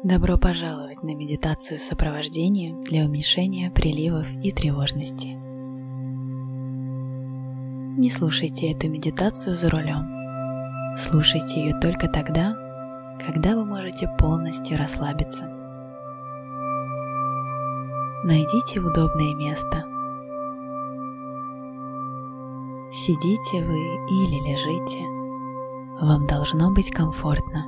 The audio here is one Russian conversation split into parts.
Добро пожаловать на медитацию сопровождения для уменьшения приливов и тревожности. Не слушайте эту медитацию за рулем. Слушайте ее только тогда, когда вы можете полностью расслабиться. Найдите удобное место. Сидите вы или лежите, вам должно быть комфортно.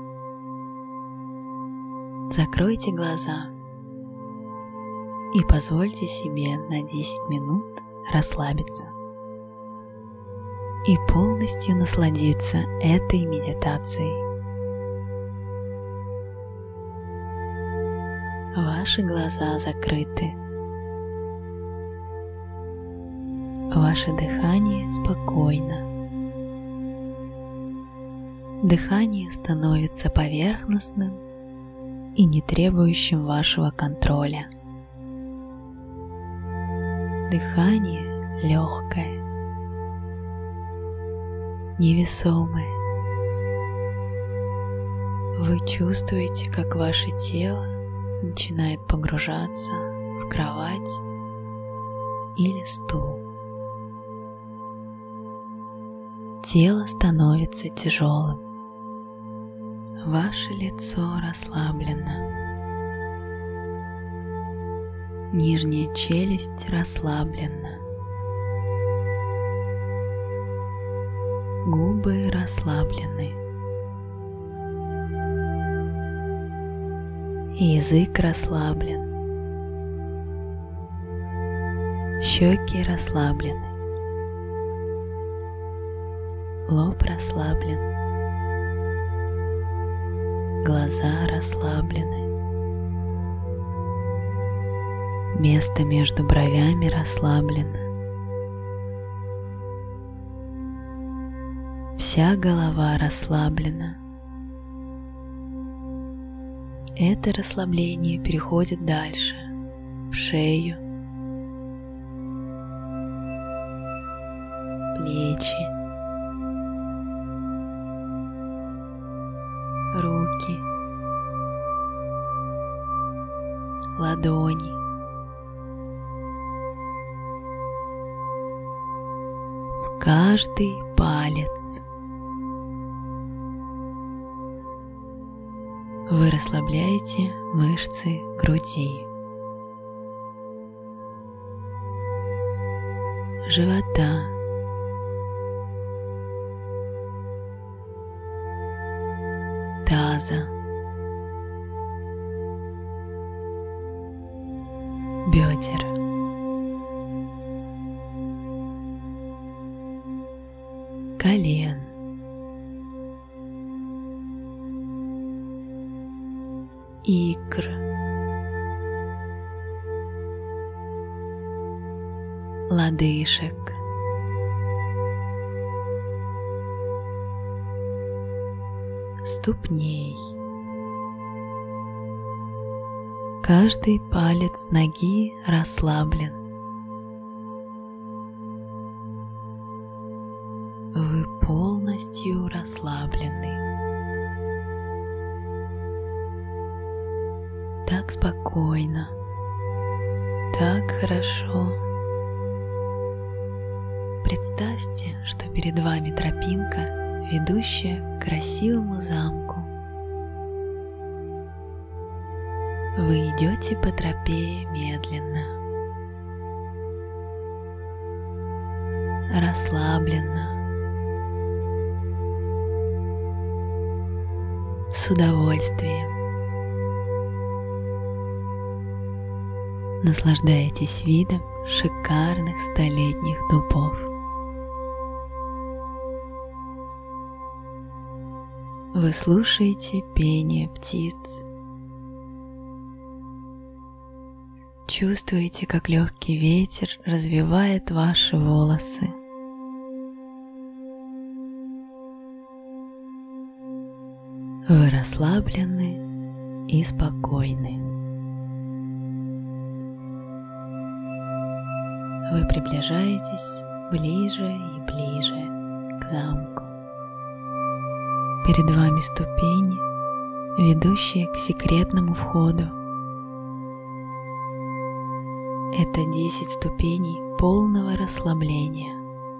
Закройте глаза и позвольте себе на 10 минут расслабиться и полностью насладиться этой медитацией. Ваши глаза закрыты. Ваше дыхание спокойно. Дыхание становится поверхностным и не требующим вашего контроля. Дыхание легкое, невесомое. Вы чувствуете, как ваше тело начинает погружаться в кровать или стул. Тело становится тяжелым. Ваше лицо расслаблено. Нижняя челюсть расслаблена. Губы расслаблены. Язык расслаблен. Щеки расслаблены. Лоб расслаблен. Глаза расслаблены. Место между бровями расслаблено. Вся голова расслаблена. Это расслабление переходит дальше, в шею, плечи, руки, ладони, в каждый палец. Вы расслабляете мышцы груди, живота, таза, бедер, колен, икр, лодыжек, ступней. Каждый палец ноги расслаблен. Вы полностью расслаблены. Так спокойно, так хорошо. Представьте, что перед вами тропинка, ведущая к красивому замку. Вы идете по тропе медленно, расслабленно, с удовольствием. Наслаждаетесь видом шикарных столетних дубов. Вы слушаете пение птиц. Чувствуете, как легкий ветер развивает ваши волосы. Вы расслаблены и спокойны. Вы приближаетесь ближе и ближе к замку. Перед вами ступени, ведущие к секретному входу. Это 10 ступеней полного расслабления.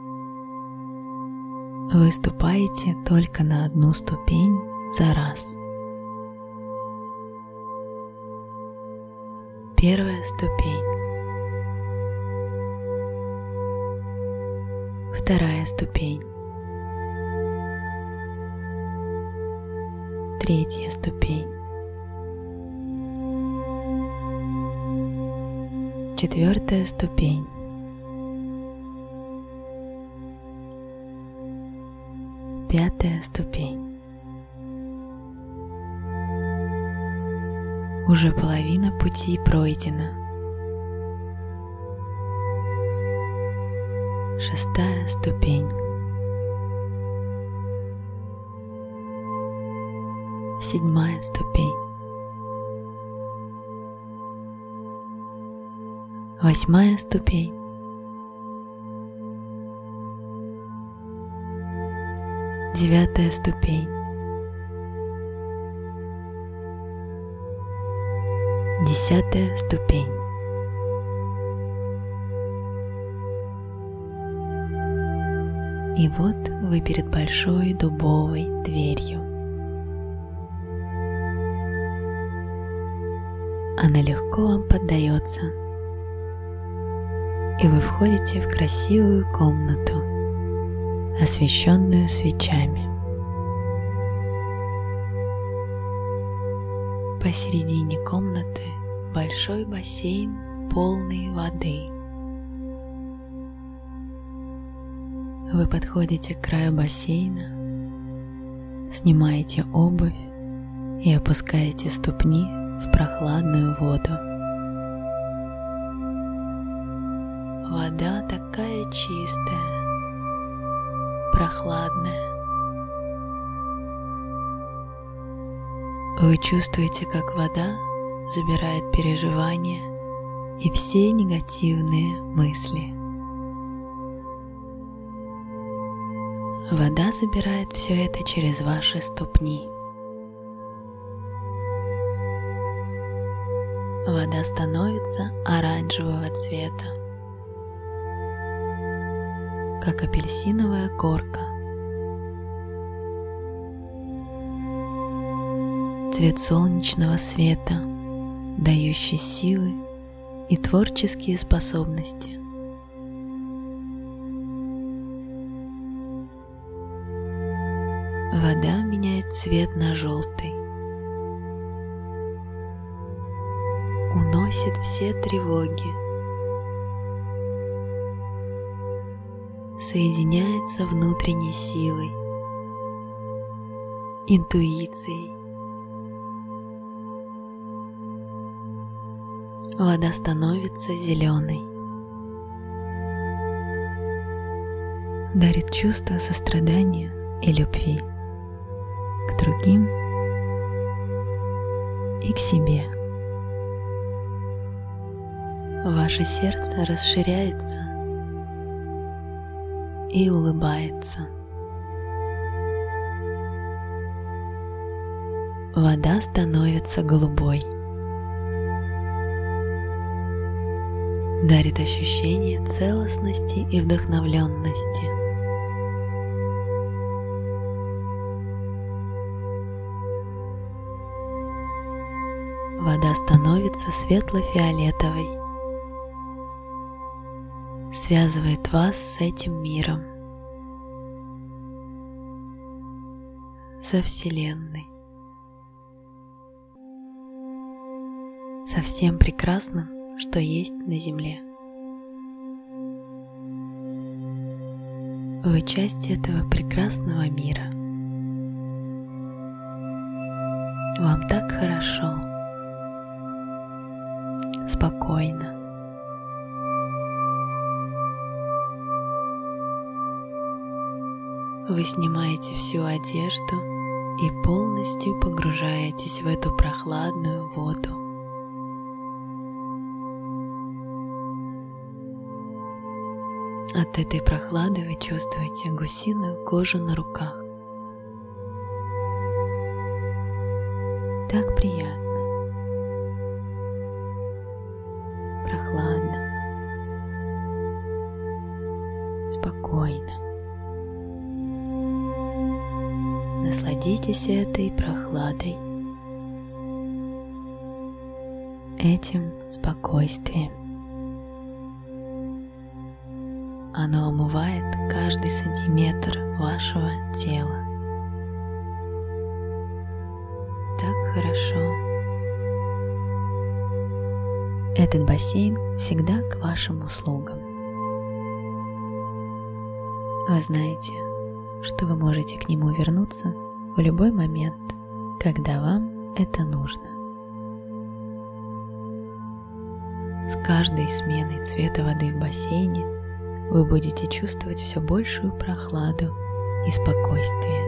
Вы ступаете только на одну ступень за раз. Первая ступень. Вторая ступень. Третья ступень. Четвертая ступень. Пятая ступень. Уже половина пути пройдена. Шестая ступень. Седьмая ступень. Восьмая ступень. Девятая ступень. 10-я ступень. И вот вы перед большой дубовой дверью. Она легко вам поддается, и вы входите в красивую комнату, освещенную свечами. Посередине комнаты большой бассейн, полный воды. Вы подходите к краю бассейна, снимаете обувь и опускаете ступни в прохладную воду. Вода такая чистая, прохладная. Вы чувствуете, как вода забирает переживания и все негативные мысли. Вода забирает все это через ваши ступни. Вода становится оранжевого цвета, как апельсиновая корка. Цвет солнечного света, дающий силы и творческие способности. Вода меняет цвет на желтый, уносит все тревоги, соединяется внутренней силой, интуицией. Вода становится зеленой, дарит чувство сострадания и любви к другим и к себе. Ваше сердце расширяется и улыбается. Вода становится голубой, дарит ощущение целостности и вдохновленности. Вода становится светло-фиолетовой, связывает вас с этим миром, со Вселенной, со всем прекрасным, что есть на Земле. Вы часть этого прекрасного мира. Вам так хорошо, спокойно. Вы снимаете всю одежду и полностью погружаетесь в эту прохладную воду. От этой прохлады вы чувствуете гусиную кожу на руках. Так приятно, прохладно, спокойно. Насладитесь этой прохладой, этим спокойствием. Оно омывает каждый сантиметр вашего тела. Так хорошо. Этот бассейн всегда к вашим услугам. Вы знаете, что вы можете к нему вернуться в любой момент, когда вам это нужно. С каждой сменой цвета воды в бассейне вы будете чувствовать все большую прохладу и спокойствие.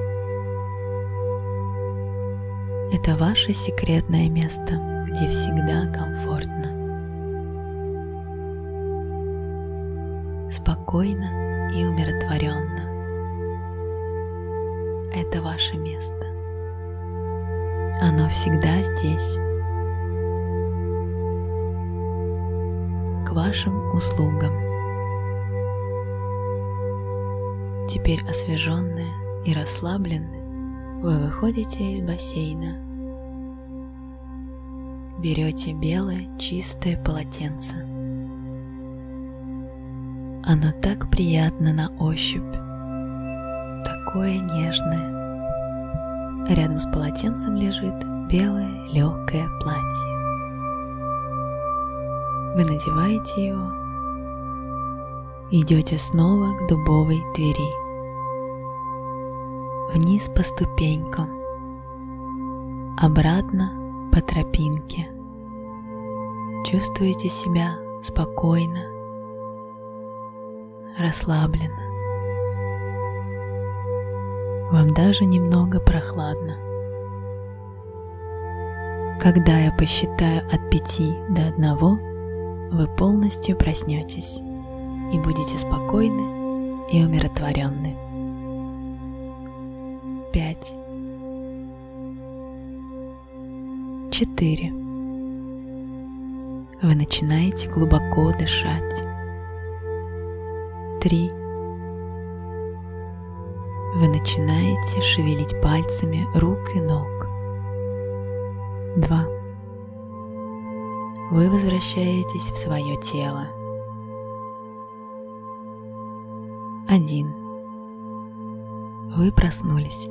Это ваше секретное место, где всегда комфортно. Спокойно и умиротворенно. Это ваше место. Оно всегда здесь. К вашим услугам. Теперь освеженные и расслабленные, вы выходите из бассейна. Берете белое чистое полотенце. Оно так приятно на ощупь, такое нежное. Рядом с полотенцем лежит белое легкое платье. Вы надеваете его, идете снова к дубовой двери. Вниз по ступенькам, обратно по тропинке. Чувствуете себя спокойно, расслабленно. Вам даже немного прохладно. Когда я посчитаю от 5 до 1, вы полностью проснетесь и будете спокойны и умиротворенны. 5, 4. Вы начинаете глубоко дышать. 3. Вы начинаете шевелить пальцами рук и ног. 2. Вы возвращаетесь в свое тело. 1. Вы проснулись.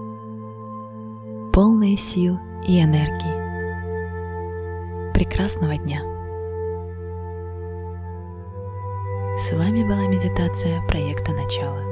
Полные сил и энергии. Прекрасного дня! С вами была медитация проекта «Начало».